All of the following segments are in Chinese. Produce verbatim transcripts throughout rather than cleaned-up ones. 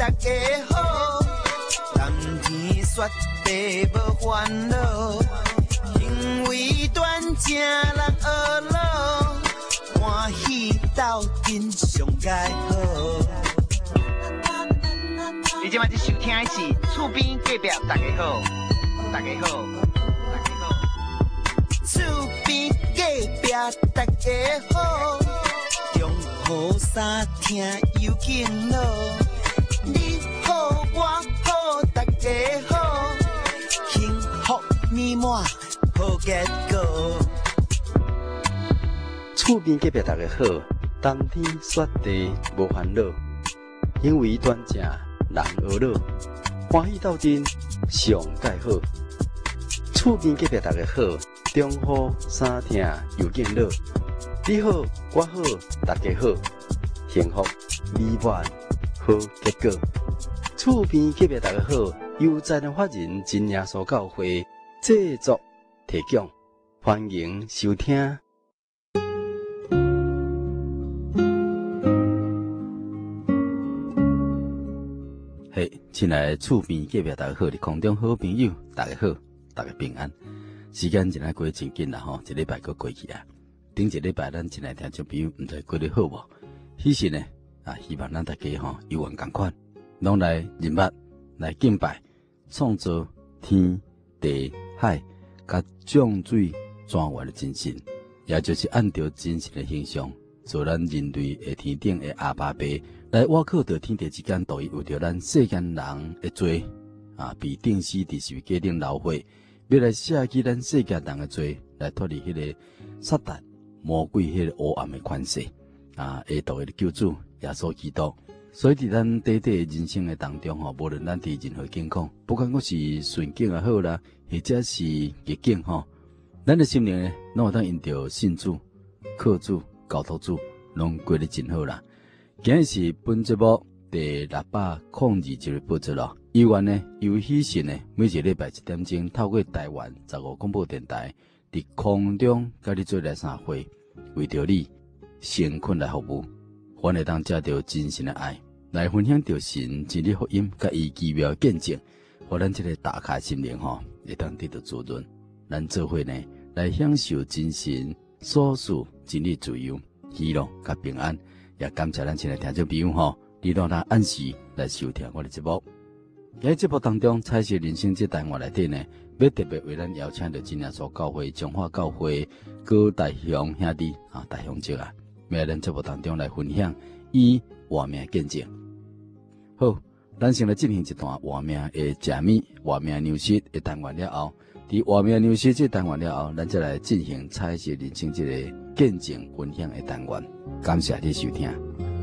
大家好，甘甜雪地无烦恼，行为端正人学老，欢喜斗阵上佳好。你今晚在收听的是厝边隔壁大家好，大家好，大家好，厝边隔壁大家好。中好三听又紧乐，你好我好大家好，幸福美满好结果。 厝边隔壁大家好，冬天雪地无烦恼，行为端正人学老，欢喜斗阵上介好。厝边隔壁大家好，中好三听又紧乐。你好，我好，大家好，幸福美满好结果。厝边隔壁大家好，由在人法人真耶稣教会制作提供，欢迎收听。嘿，亲爱的厝边隔壁大家好，你空中好朋友，大家好，大家平安。时间真系过真紧啦吼，一礼拜过过去啊。顶一礼拜咱亲爱听众朋友毋知过得好无？其实呢，啊，希望咱大家吼有缘共款，拢来认捌来敬拜，创造天地海，甲降水泉源的真神，也就是按照真神的形象，做咱人类的天顶的阿爸爸，来挖靠着天地之间，道义为着咱世间人的罪啊，被定死伫十字架顶流血，要来卸去咱世间人的罪，来脱离迄个撒旦。魔鬼迄个黑暗的权势啊，下道的救主耶稣基督。所以伫咱短短人生的当中吼，无论咱伫任何境况，不管我是顺境也好啦，或者是逆境吼，咱的心灵呢，拢有当因着信主、靠主、交托主，拢过得真好啦。今日是本节目第六百零二集的播出咯。依然呢，有喜讯呢，每一个礼拜一点钟，透过台湾十五广播电台。伫空中甲你做来相会，为着你诚恳来服务，还会当接到真神的爱，来分享着神真理福音，甲伊奇妙见证，互咱这个打开心灵吼，会当得到滋润。咱做伙呢，来享受真神所赐真理自由、喜乐甲平安。也感谢咱亲爱听众朋友吼，你让咱按时来收听我的节目。在节目当中，彩色人生这单元内底呢。要特别为咱邀请到真耶稣教会、中华教会高大雄兄弟啊，大雄姐啊，要在咱节目当中来分享伊活命见证。好，咱先来进行一段活命的解密、活命牛舌的单元了后，伫活命牛舌这单元了后，咱再来进行彩色人生这个见证分享的单元。感谢你收听。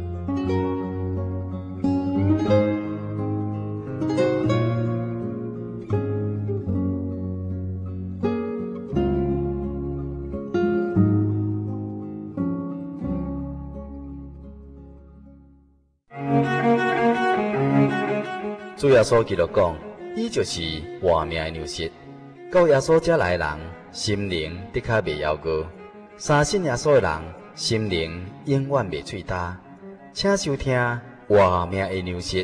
主耶稣基督讲，伊就是活命的牛舌。到耶稣遮来的人，心灵的确袂夭糕；相信耶稣的人，心灵永远袂脆焦。请收听活命的牛舌。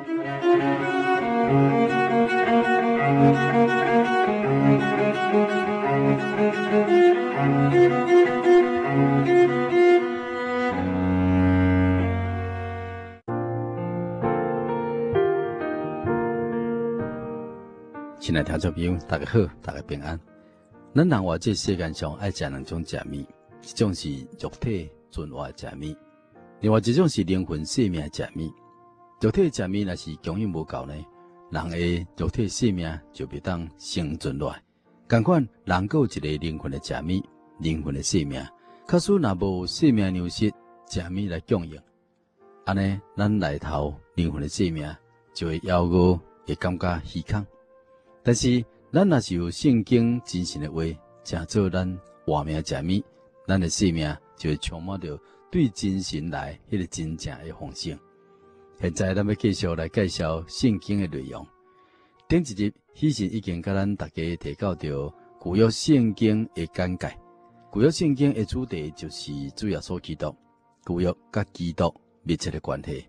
亲爱的听众朋友，大家好，大家平安。咱人活这世间上爱食两种食物，一种是肉体存活的食物，另外一种是灵魂生命的食物。肉体的食物若是供应无够呢，人的肉体生命就袂当生存落来。同款，人有一个灵魂的食物，灵魂的生命。假使若无生命流失，食物来供应，安尼咱内头灵魂的生命就会夭折，会感觉虚空。但是，咱若是有圣经真神的话，正做咱活命的食物，咱的生命就会充满着对真神来迄个真正的丰盛。现在咱要继续来介绍圣经的内容。顶一集喜神已经甲咱大家提到着旧约圣经的简介。旧约圣经的主题就是主耶稣基督，旧约甲基督密切的关系。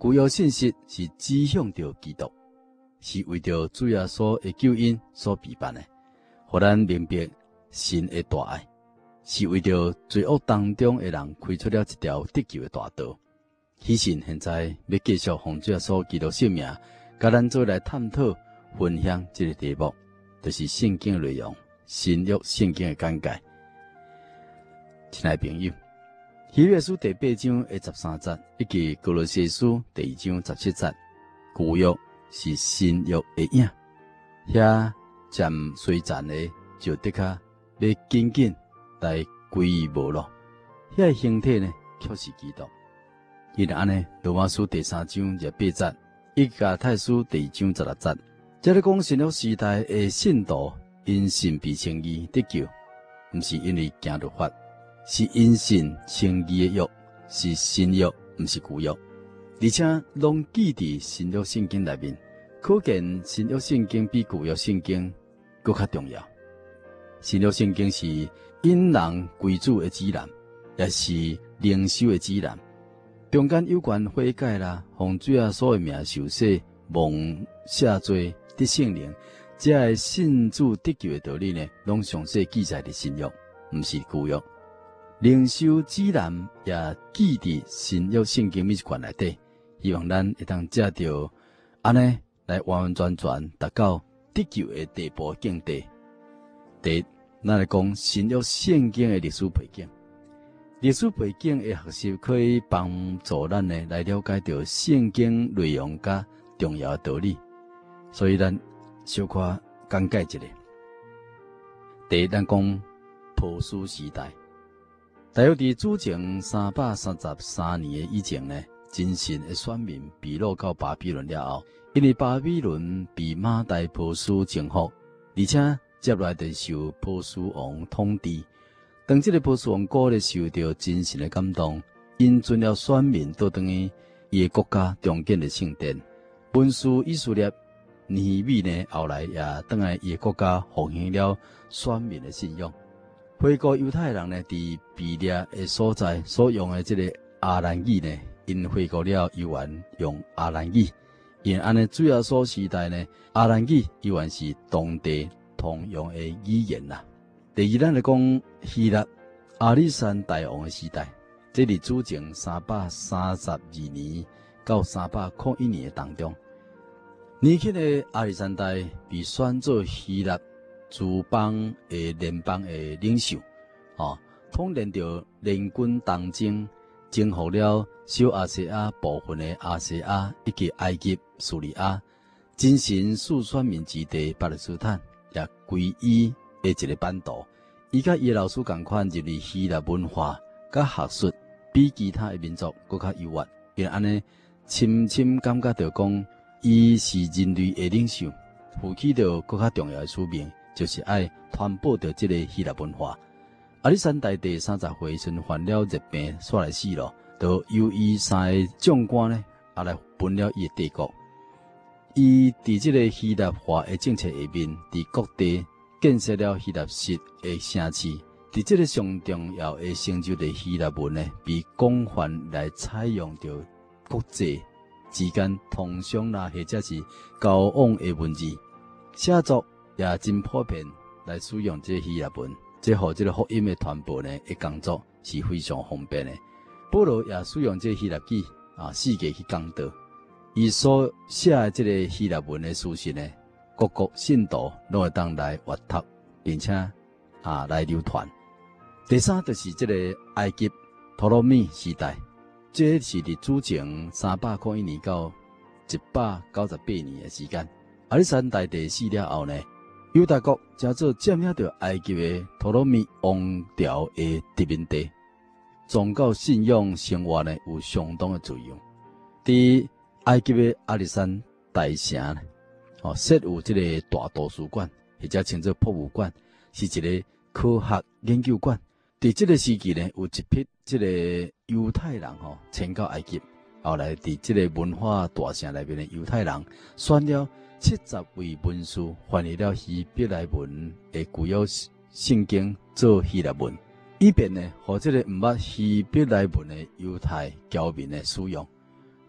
旧约信息是指向着基督，是为着主耶稣的救恩所备办的，互咱明白神的大爱，是为着罪恶当中的人开出了一条得救的大道。喜信现在要继续奉主耶稣基督性命，甲咱做来探讨分享这个题目，就是圣经的内容，新约圣经的简介。亲爱的朋友，希伯来书第八章的十三节，以及歌罗西书第二章十七节，旧约是新约的影，遐渐衰残的就的确要紧紧来归于无落，遐个形体呢，却是基督。因安尼，罗马书第三章廿八节，以及加太书第二章十六节，这咧讲新约时代的信徒因信被称义得救，毋是因为行律法，是因信称义的约，是新约，毋是旧约，而且拢记伫新约圣经内面，可见新约圣经比旧约圣经搁较重要。新约圣经是引人归主的指南，也是灵修的指南。中间有关悔改啦，奉主耶稣的名受洗、蒙赦罪、得圣灵，这个信主得救的道理呢，拢详细记载伫新约，毋是旧约。灵修指南也记伫新约圣经每一卷内底，希望咱会当借着安尼来完完全全达到得救的第一步境地。第一，咱来讲新约圣经的历史背景。历史背景的学习可以帮助咱呢来了解到圣经内容甲重要的道理，所以咱小可简介一下。第一，咱讲波斯时代，大约伫主前三百三十三年的以前呢，真神的选民被掳到巴比伦了后，因为巴比伦被马代波斯征服，而且接来就受波斯王统治。当这个波斯王国咧受到真神的感动，因准了选民倒转去伊的国家重建的圣殿。文书以色列尼米呢后来也倒来伊的国家奉行了选民的信仰。回顾犹太人呢，伫比列的所在所用的这个阿兰语呢，因回顾了犹原用阿兰语，因安尼主要所时代呢，阿兰语犹原是当地通用的语言啦。第二，咱来讲希腊亚历山大王的时代，这是主前三百三十二年到三百零一年的当中，年轻的亚历山大被选做希腊诸邦的联邦的领袖，哦，统领着联军东征，征服了小亚细亚部分的亚细亚以及埃及、叙利亚，真神赐选民之地巴勒斯坦也归依的一个版图。伊甲伊的老师共款入去希腊文化甲学术，比其他的民族更较优越。因安尼，深深感觉到讲，伊是人类的领袖，负起着更较重要的使命，就是爱传播着这个希腊文化。亚历山大第三十岁时患了热病，煞来死咯，就由伊三个将官呢，也来分了伊的帝国。伊伫这个希腊化的政策下面，伫各地建设了希腊式的城市，伫这个上重要的成就的希腊文呢，被广泛来采用着国际之间通商啦，或者是交往的文字，写作也真普遍来使用这希腊文，这互这个福音的传播呢，的工作是非常方便的。保罗也使用这希腊语啊，世界去讲道，伊所写的这个希腊文的书信呢，各国信徒拢会当来阅读，并且啊来流传。第三就是这个埃及托勒密时代，这是伫主前三百零一年到一百九十八年的时间。亚历山大帝死了后呢，犹大国加做占领着埃及的托勒密王朝的殖民地，宗教信仰生活呢有相当的自由。伫埃及的亚历山大城呢，哦，设有这个大图书馆，或者称作博物馆，是一个科学研究馆。伫这个时期呢，有一批这个犹太人吼迁到埃及，后来伫这个文化大城内面的犹太人，选了七十位文士，翻译了希伯来文的旧约圣经做希腊文，以便呢，互这个毋捌希伯来文的犹太侨民呢使用。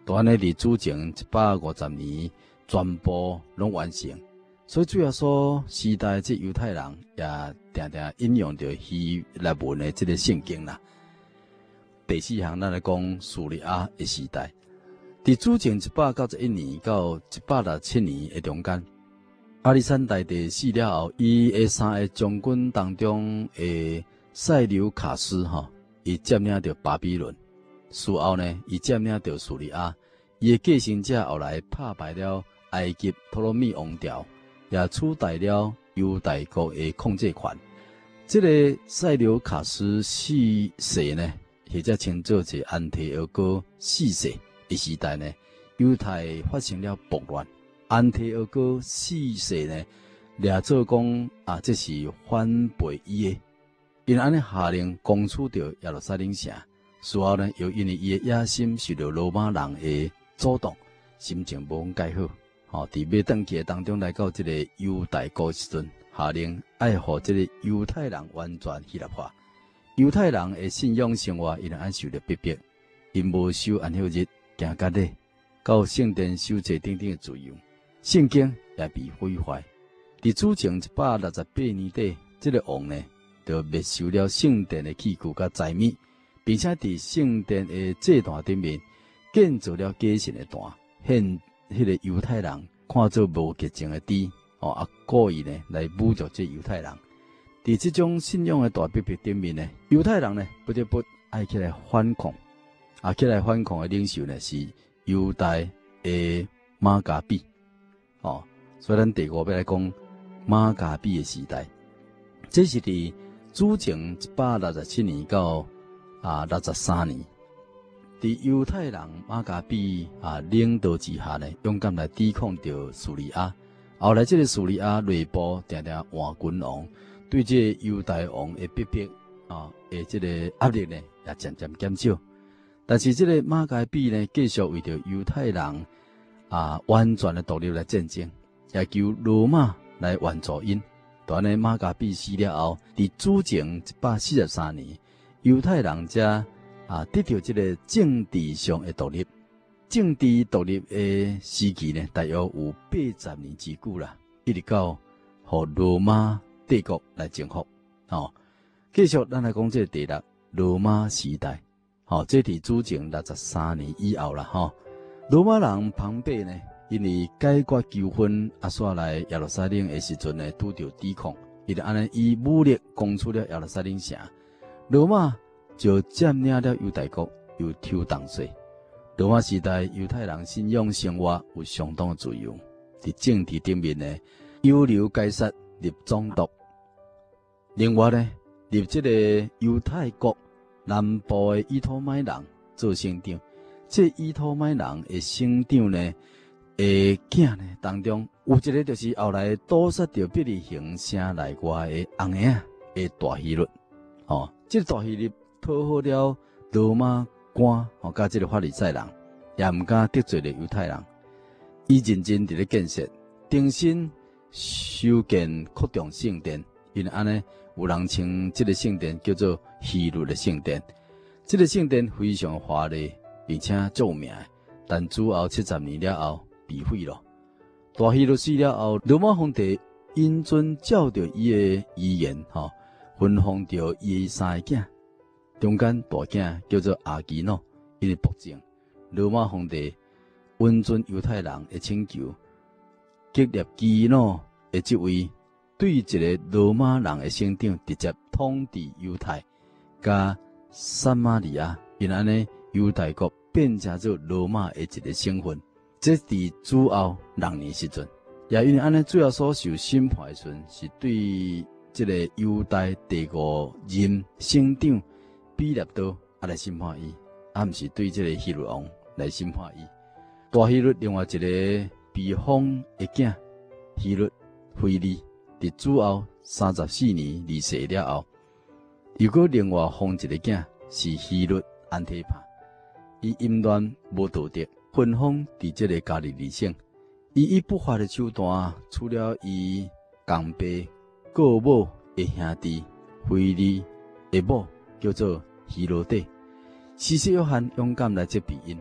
都安尼伫主前一百五十年全部拢完成。所以主要说时代即犹太人也定定引用着希腊文的即个圣经啦。第四项咱来讲叙利亚的时代，伫主前一百九十一年到一百六十七年的中间，亚历山大第四了后，伊的三个将军当中的塞琉卡斯吼，伊占领着巴比伦。事后呢，伊占领着叙利亚，伊的继承者后来打败了埃及托勒密王朝，也取代了犹大国的控制权。这个塞琉卡斯四世呢，或者称作是安提阿哥四世的时代呢，犹太发生了暴乱。安提阿哥四世呢，掠做讲啊，这是反背伊的，因安尼下令攻取着耶路撒冷城。事后呢，又因为伊的野心受到罗马人的阻挡，心情无讲介好。吼，伫要转去当中来到这个犹大国时阵，下令爱互这个犹太人完全希腊化。犹太人的信仰生活因安受到逼迫，因无守安息日、行节礼、到圣殿守节等等的自由，圣经也被毁坏。伫主前一百六十八年底，这个王呢，就没收了圣殿的器具甲财物。并且伫圣殿的祭坛顶面建造了假神的坛，献迄个犹太人看做无洁净的猪，哦啊，故意呢来侮辱这犹太人。伫这种信仰的大逼迫顶面呢，犹太人呢不得不爱起来反抗，啊，起来反抗的领袖呢是犹大的马加比，哦，所以咱第五要来讲马加比的时代，这是伫主前一百六十七年到啊，六十三年，伫犹太人马加比啊领导之下呢，勇敢来抵抗着叙利亚。后来，这个叙利亚内部定定换君王，对这犹大王的逼迫啊，的这个压力呢，也渐渐减少。但是，这个马加比呢，继续为着犹太人啊完全的独立来战争，也求罗马来援助因。当然，马加比死了后，伫主前一百四十三年。犹太人才啊得到这个政治上的独立，政治独立的时期呢，大约有八十年之久啦，一直到和罗马帝国来征服。哦，继续咱来讲这个第六罗马时代。哦，这伫主前六十三年以后啦。吼、哦，罗马人庞贝呢，因为解决纠纷，啊，煞来耶路撒冷的时阵呢，拄着抵抗，伊就安尼以武力攻出了耶路撒冷城。罗马就占领了犹大国，又抽东西。罗马时代，犹太人信仰生活有相当的自由。伫政治顶面呢，犹流该杀立总督。另外呢，立这个犹太国南部的伊托麦人做省长。这伊托麦人的省长呢，的囝呢当中有一个就是后来堵杀着比利行城内外的红眼的大希律。哦，这个大希律讨好了罗马官，哦，甲这个法利赛人，也唔敢得罪了犹太人。伊认真伫咧建设，重新修建扩张圣殿，因安尼有人称这个圣殿叫做希律的圣殿。这个圣殿非常华丽，并且著名，但主后七十年了后被毁了。大希律死了后，罗马皇帝因准照着伊的遗言，吼、哦。分封着伊三个囝，中间大囝叫做阿基诺，因为暴政，罗马皇帝允准犹太人的请求，激励基诺的这位对一个罗马人的省长直接统治犹太，加撒玛利亚，因安尼犹太国变成做罗马的一个省份。这伫主后六年时阵，也因为安尼主要所受审判的时阵是对。这个犹大第五任省长比勒多啊来审判伊，啊毋是对这个希律王来审判伊。大希律另外一个被封的囝希律腓利，伫主后三十四年离世了后，又搁另外封一个囝是希律安提帕，伊淫乱无道德，分封伫这个加利利省。伊以不法的手段，除了伊公爸。告母的兄弟腓利的母叫做希罗底，施洗约翰勇敢来接庇因，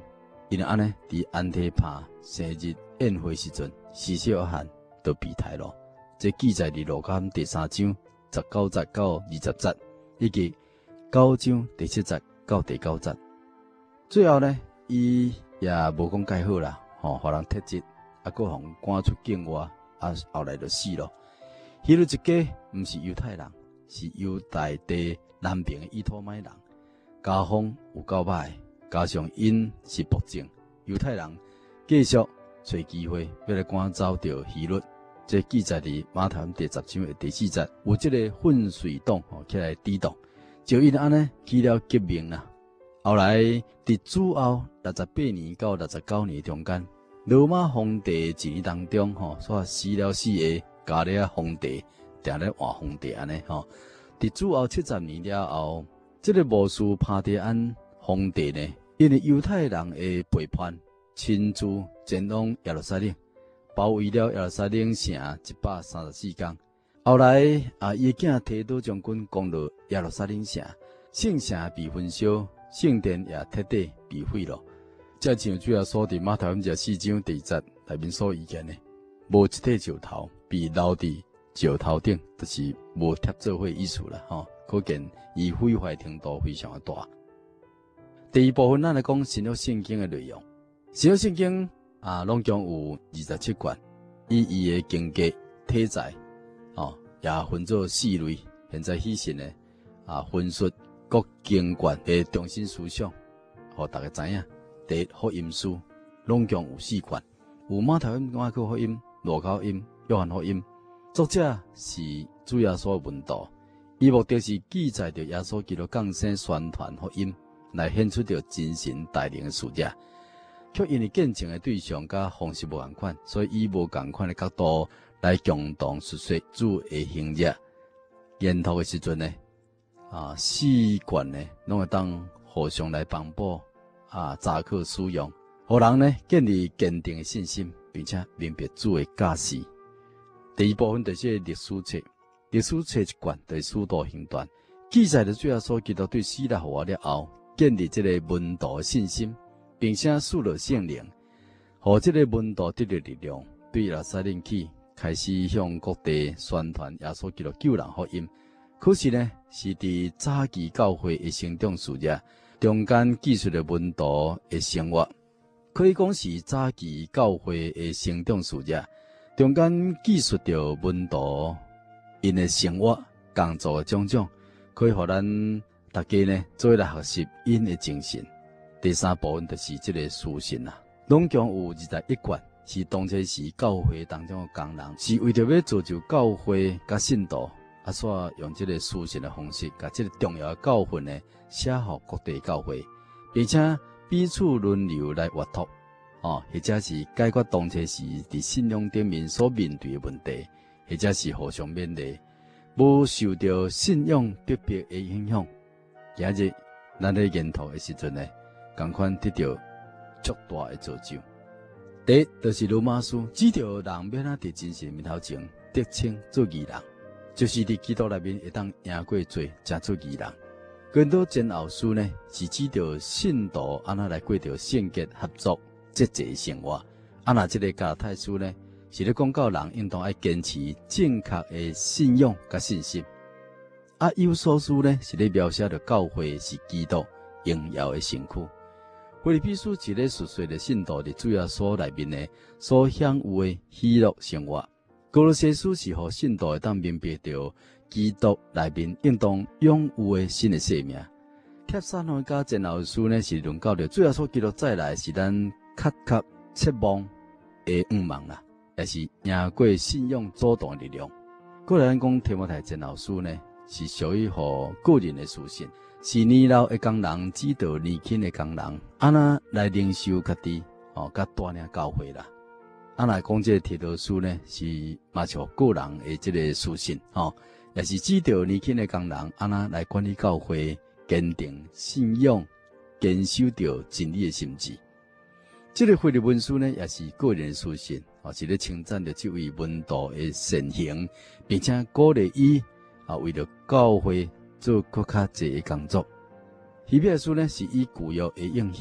因为安尼伫安提帕生日宴会时阵，施洗约翰都被抬了。这记载伫路加福音第三章十九节到二十节，以及九章第七节到第九节。最后呢，伊也无讲介好啦，吼、哦，互人踢责，啊，搁互赶出境外，啊，后来就死了。迄落一家毋是犹太人，是犹大地南边的以土买人，家风有够歹，加上因是暴政，犹太人继续找机会要来赶走掉希律。这记载伫马太福音第十章的第四节，有即个混水党吼起来抵挡，就因安尼起了革命啦。后来伫主后六十八年到六十九年中间，罗马皇帝治理当中吼，煞死了四个加利亚皇帝，定咧换皇帝安尼吼。伫主后七十年了后，即、这个波斯帕提安皇帝呢，因为犹太人的背叛，亲自前往耶路撒冷。包围了耶路撒冷城一百三十四天，后来啊，伊囝提多将军攻入耶路撒冷城，圣城被焚烧，圣殿也彻底被毁了。这像主要所伫马太福音十四章第一节内面所预见的，无一块石头被留伫石头顶，就是无贴做伙意思啦，吼，可见伊毁坏程度非常的大。第二部分，咱来讲新约圣经的内容，新约圣经。啊，拢共有二十七卷，以伊的经格体裁，哦，也分做四类。现在喜信呢，啊，分述各经卷的中心思想，互大家知影。第一福音书拢共有四卷，有马太福音、马可福音、路加福音、约翰福音。作者是主耶稣的门徒，伊目的是记载着耶稣基督降生宣传福音，来显出着真神带领的事业。却因为见证的对象甲方式无同款，所以以无同款的角度来共同述说主的行业。研读的时阵呢，啊，四卷呢，拢会当互相来帮补啊，查考使用，互人呢建立坚定的信心，并且明白主的教示。第二部分就是历史册，历史册一卷就是使徒行传，记载着主耶稣基督对死来复活了后，建立这个门徒的信心。并且赐了圣灵，互这个门徒得到力量，对耶路撒冷去，开始向各地宣传耶稣基督救人福音。可是呢，是伫早期教会的成长事业，中间记述的门徒的生活，可以讲是早期教会的成长事业，中间记述着门徒因的生活、工作的种种，可以互咱大家呢做来学习因的精神。第三部分就是这个书信啦，拢共有二十一卷，是当初时教会当中的工人，是为着要造就教会甲信徒，啊，所用这个书信的方式，甲这个重要的教训呢，写予各地教会，并且彼此轮流来阅读，哦，或者是解决当初时伫信仰顶面所面对的问题，或者是互相勉励，无受到信仰逼迫的影响。今日咱咧研读的时阵呢，同款得到足大的造就。第一，就是罗马书指着人免啊伫真神面头前得称做义人，就是伫基督内面会当赢过罪，才做义人。更多前后书呢，是指着信徒安那来过着圣洁合作节制生活。啊，那这个加拉太书呢，是咧讲到人应当爱坚持正确的信仰甲信心。啊，有所书呢，是咧描写着教会是基督荣耀的身躯。腓立比书是咧述说着信徒伫主耶稣内面呢所享有的喜乐生活。哥罗西书是互信徒会当明白着基督内面应当拥有的新的生命。帖撒罗尼迦前后书呢是论到着主耶稣基督再来是咱确确切望的愿望啦，也是赢过信仰主动的力量。过来咱讲提摩太前后书呢，是属于互个人的书信。是年老的工人指导年轻的工人，安那来领受家己哦，甲带领教会啦。安那讲这个提多书呢，是嘛像个人的这个书信哦，也是指导年轻的工人安那来管理教会，坚定信仰，坚守着真理的心志。这个腓立比书呢，也是个人的书信哦，是咧称赞着这位门徒的善行，并且鼓励伊啊，为了教会做更较济的工作。希伯来书呢是以旧约的应许，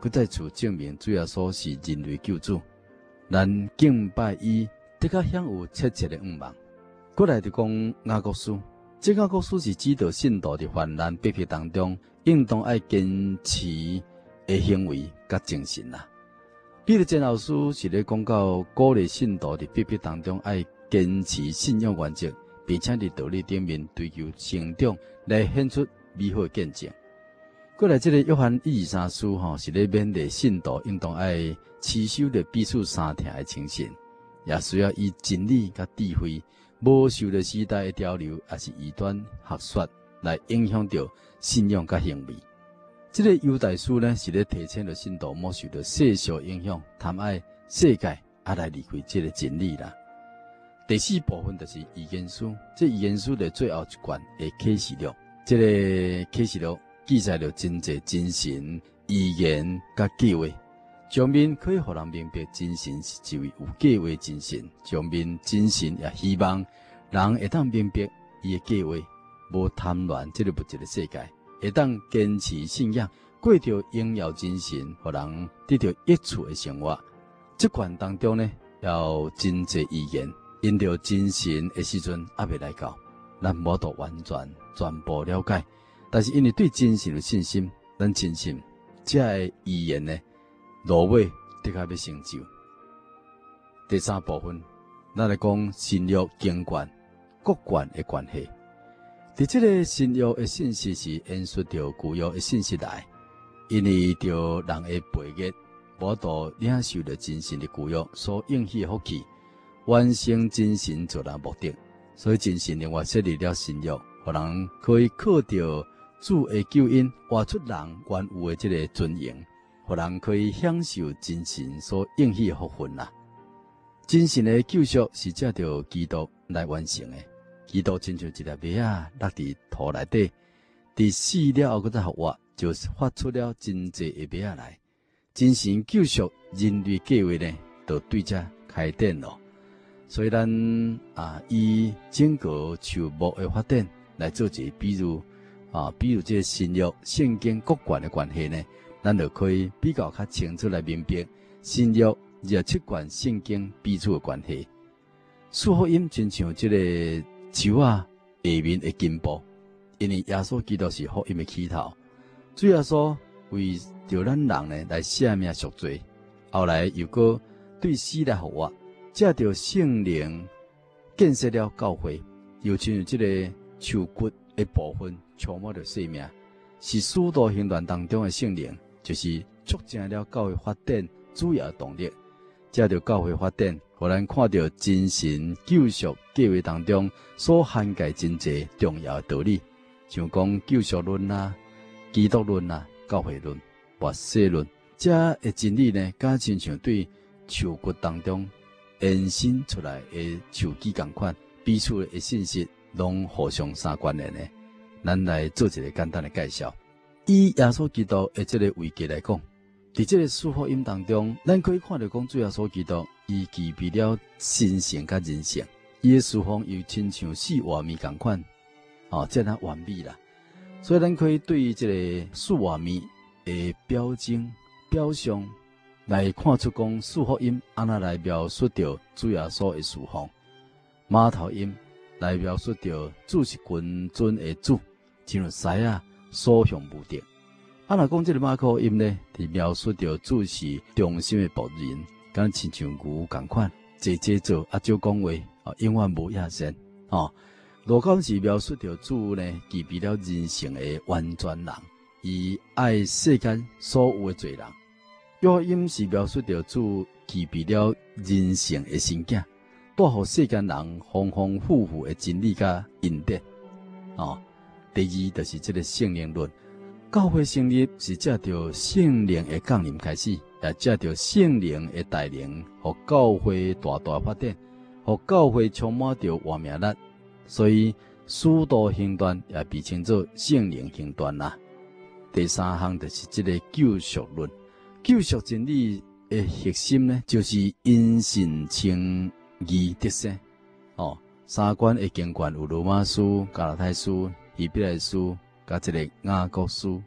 佮再次证明主耶稣是人类救主，咱敬拜伊，得较享有切切的愿望。过来就讲雅各书，这雅各书是指导信徒伫患难逼迫当中，应当爱坚持的行为甲精神啦。彼得前后书是咧讲到鼓励信徒伫逼迫当中爱坚持信仰原则，并且伫道理顶面追求成长，来显出美好的见证。过来，这个约翰一二三书吼，是咧勉励信徒应当爱持守着彼此相挺的精神，也需要以真理甲智慧，无受着时代的潮流，也是异端学说来影响着信仰甲行为。这个犹大书呢，是咧提醒着信徒莫受着世俗影响，贪爱世界，啊来离开这个真理啦。第四部分就是预言书，这预言书的最后一卷的启示录，这个启示录记载了真侪真神预言甲计划，上面可以互人明白真神是一位有计划的真神，上面真神也希望人会当明白伊的计划，无贪恋这个物质的世界，会当坚持信仰，过着荣耀真神，互人得到益处的生活。这卷当中呢，要真侪预言。因着真神的时阵还未来到，咱无都完全全部了解。但是因为对真神有信心，咱深信这个预言呢，落尾的确要成就。第三部分，咱来讲新约经卷各卷的关系。伫这个新约的信息是延续着旧约的信息来，因为着人的背约，无都领受着真神的旧约所应许的福气。完成真神做人目的，所以真神另外设立了新约，互人可以靠着主的救恩，活出人原有的这个尊严，互人可以享受真神所应许的福分啦。真神的救赎是借着基督来完成的，基督亲像一粒麦啊落伫土内底，伫死了后，佮再复活，就发出了真济的麦啊来。真神救赎人类计划呢，就对这开展了。所以咱啊，以整个树木的发展来做一个比如啊，比如这个新约圣经各卷的关系呢，咱就可以比较较清楚来明白新约廿七卷圣经彼此的关系。四福音亲像这个树啊下面的根部，因为耶稣基督是福音的起头，主耶稣为着咱人呢来赦免赎罪，后来又搁对死来复活。借着圣灵建设了教会，又亲像这个树骨的部分充满着生命，是使徒行传当中的圣灵，就是促进了教会发展主要的动力。借着教会发展，互咱看到真神救赎计划当中所涵盖真济重要的道理，像讲救赎论啊、基督论啊、教会论、末世论，这的真理呢，甲亲像对树骨当中延伸出来的树枝同款，彼此的信息拢互相相关联的。咱来做一个简单的介绍。以耶稣基督的这个位格来讲，在这个四福音当中，咱可以看到讲，主耶稣基督伊具备了神性甲人性，伊的侍奉又亲像四活米同款，哦，这样完美啦。所以咱可以对于这个四活米的表征、表象。来看出讲四福音安那来描述着主耶稣的侍奉，马头音来描述着主是君尊的主，进入西啊所向无敌。啊，若讲这个马可音呢，是描述着主是忠心的仆人，敢亲像牛同款，坐坐坐啊少讲话，啊永远无野线。哦，路加是描述着主呢，具备了人性的完全人，以爱世间所有的罪人。约翰音是描述着主具备了人性的神境，带予世间人丰丰富富的真理甲恩典。哦，第二就是这个圣灵论，教会成立是借着圣灵的降临开始，也借着圣灵的带领，互教会大大发展，互教会充满着活命力。所以使徒行传也被称作圣灵行传啦。第三项就是这个救赎论。救赎真理的核心呢，就是因信称义得生。哦，三卷的经卷有罗马书、加拉太书、希伯来书，加这个雅各书。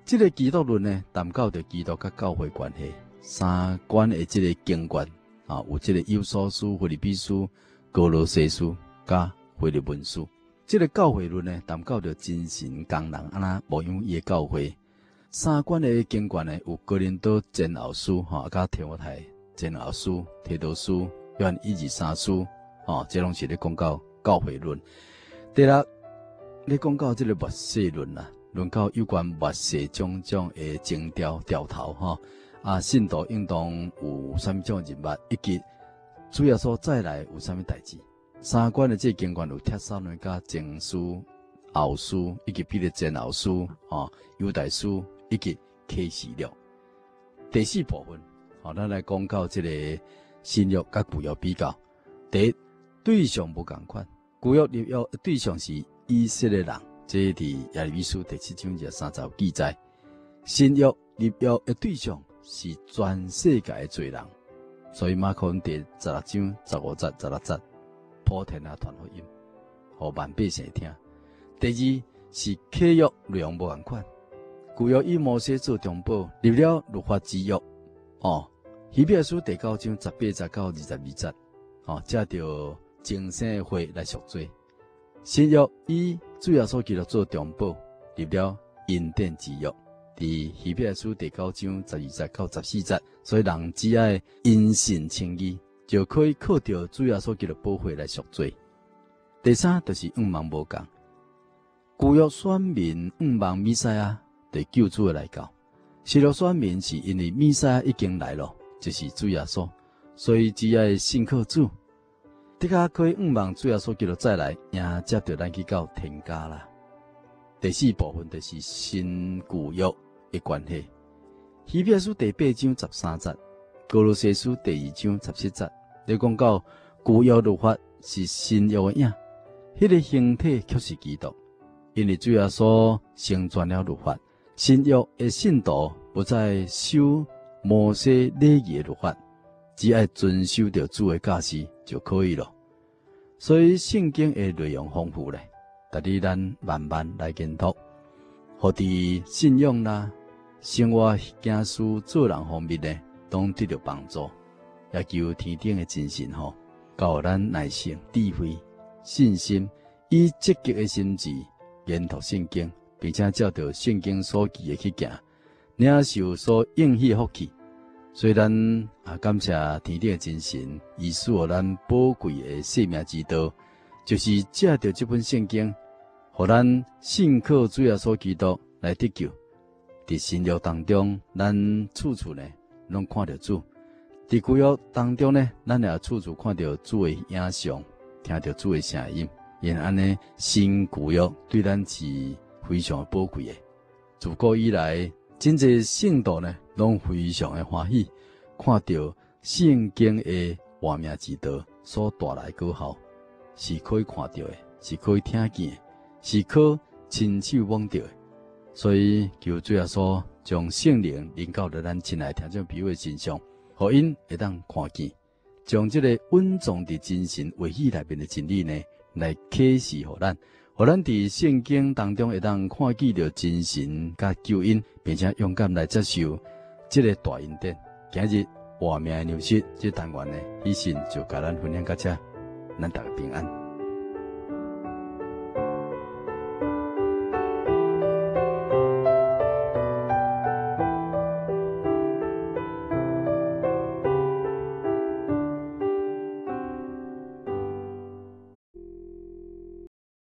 这个基督论呢，谈到着基督甲教会关系，三观的这个经卷啊，有这个以弗所书、腓立比书、哥罗西书甲腓立门书。这个教会论呢，谈到着精神工人安那牧养伊的教会。三观的经卷呢，有哥林多前后书哈，甲提摩太前后书、提多书、约翰一二三书，哦，这拢是咧讲到教会论。第六，咧讲到这个末世论啦，论到有关末世种种的情调调头哈，啊，信徒应当有啥物种人物，以及主要所再来有啥物代志。三观的这经卷有帖撒罗尼迦前书、后书，以及彼得前后书，哦，犹大书。以及启示录。第四部分，好，咱来讲到这个新约甲旧约比较。第一，对象无同款，旧约立约的对象是以色列人，这伫耶利米书第七章二三十有记载。新约立约的对象是全世界的罪人，所以马可福音第十六章十五节、十六节，普天下传福音，互万百姓听。第二是契约内容无同款。旧约以摩西做中保，立了律法之约。哦，希伯来书第九章十八节到二十二节，哦，借着精神会来赎罪。新约以主耶稣基督做中保，立了恩典之约。伫希伯来书第九章十二节到十四节，所以人只要因信称义，就可以靠着主耶稣基督保护来赎罪。第三就是仰望无共，旧约选民仰望弥赛亚。对救主的来到，新约选民是因为弥赛亚已经来了，就是主耶稣，所以只要信靠主，的确可以仰望主耶稣基督再来，迎接着咱去到天家啦。第四部分就是新旧约的关系。希伯来书第八章十三节，哥罗西书第二章十七节，你讲到旧约律法是新约的影，迄个形体却是基督，因为主耶稣成全了律法。新约的信徒不再守摩西礼仪的律法，只要遵守着主的教示就可以了。所以圣经的内容丰富咧，值得咱慢慢来研读。互伫信仰啦、生活行事做人方面呢，都得到帮助。也求天顶的真神吼，教咱耐性、智慧、信心，以积极的心志研读圣经。并且照着圣经所记的去行，领受所应许的福气。虽然啊，感谢天顶的真神，伊赐予咱宝贵的生命之道，就是借着这本圣经，互咱信靠主耶稣基督来得救。伫新约当中，咱处处呢拢看到主；伫旧约当中呢，咱也处处看到主的影像，听到主的声音。因安尼，新旧约对咱是非常宝贵的。自古以来，真侪圣徒呢，拢非常的欢喜，看到圣经的活命之道所带来果效，是可以看到的，是可以听见的，是可亲手摸到的。所以，求主耶稣将圣灵临到了咱亲爱听众朋友的身上，互因会当看见，将这个稳重的精神维系内面的真理呢，来启示互咱。互咱伫圣经当中会当看见着真神甲救恩，并且勇敢来接受这个大恩典。今日活命的牛失这单元呢，以上就甲咱分享到这，咱大家平安。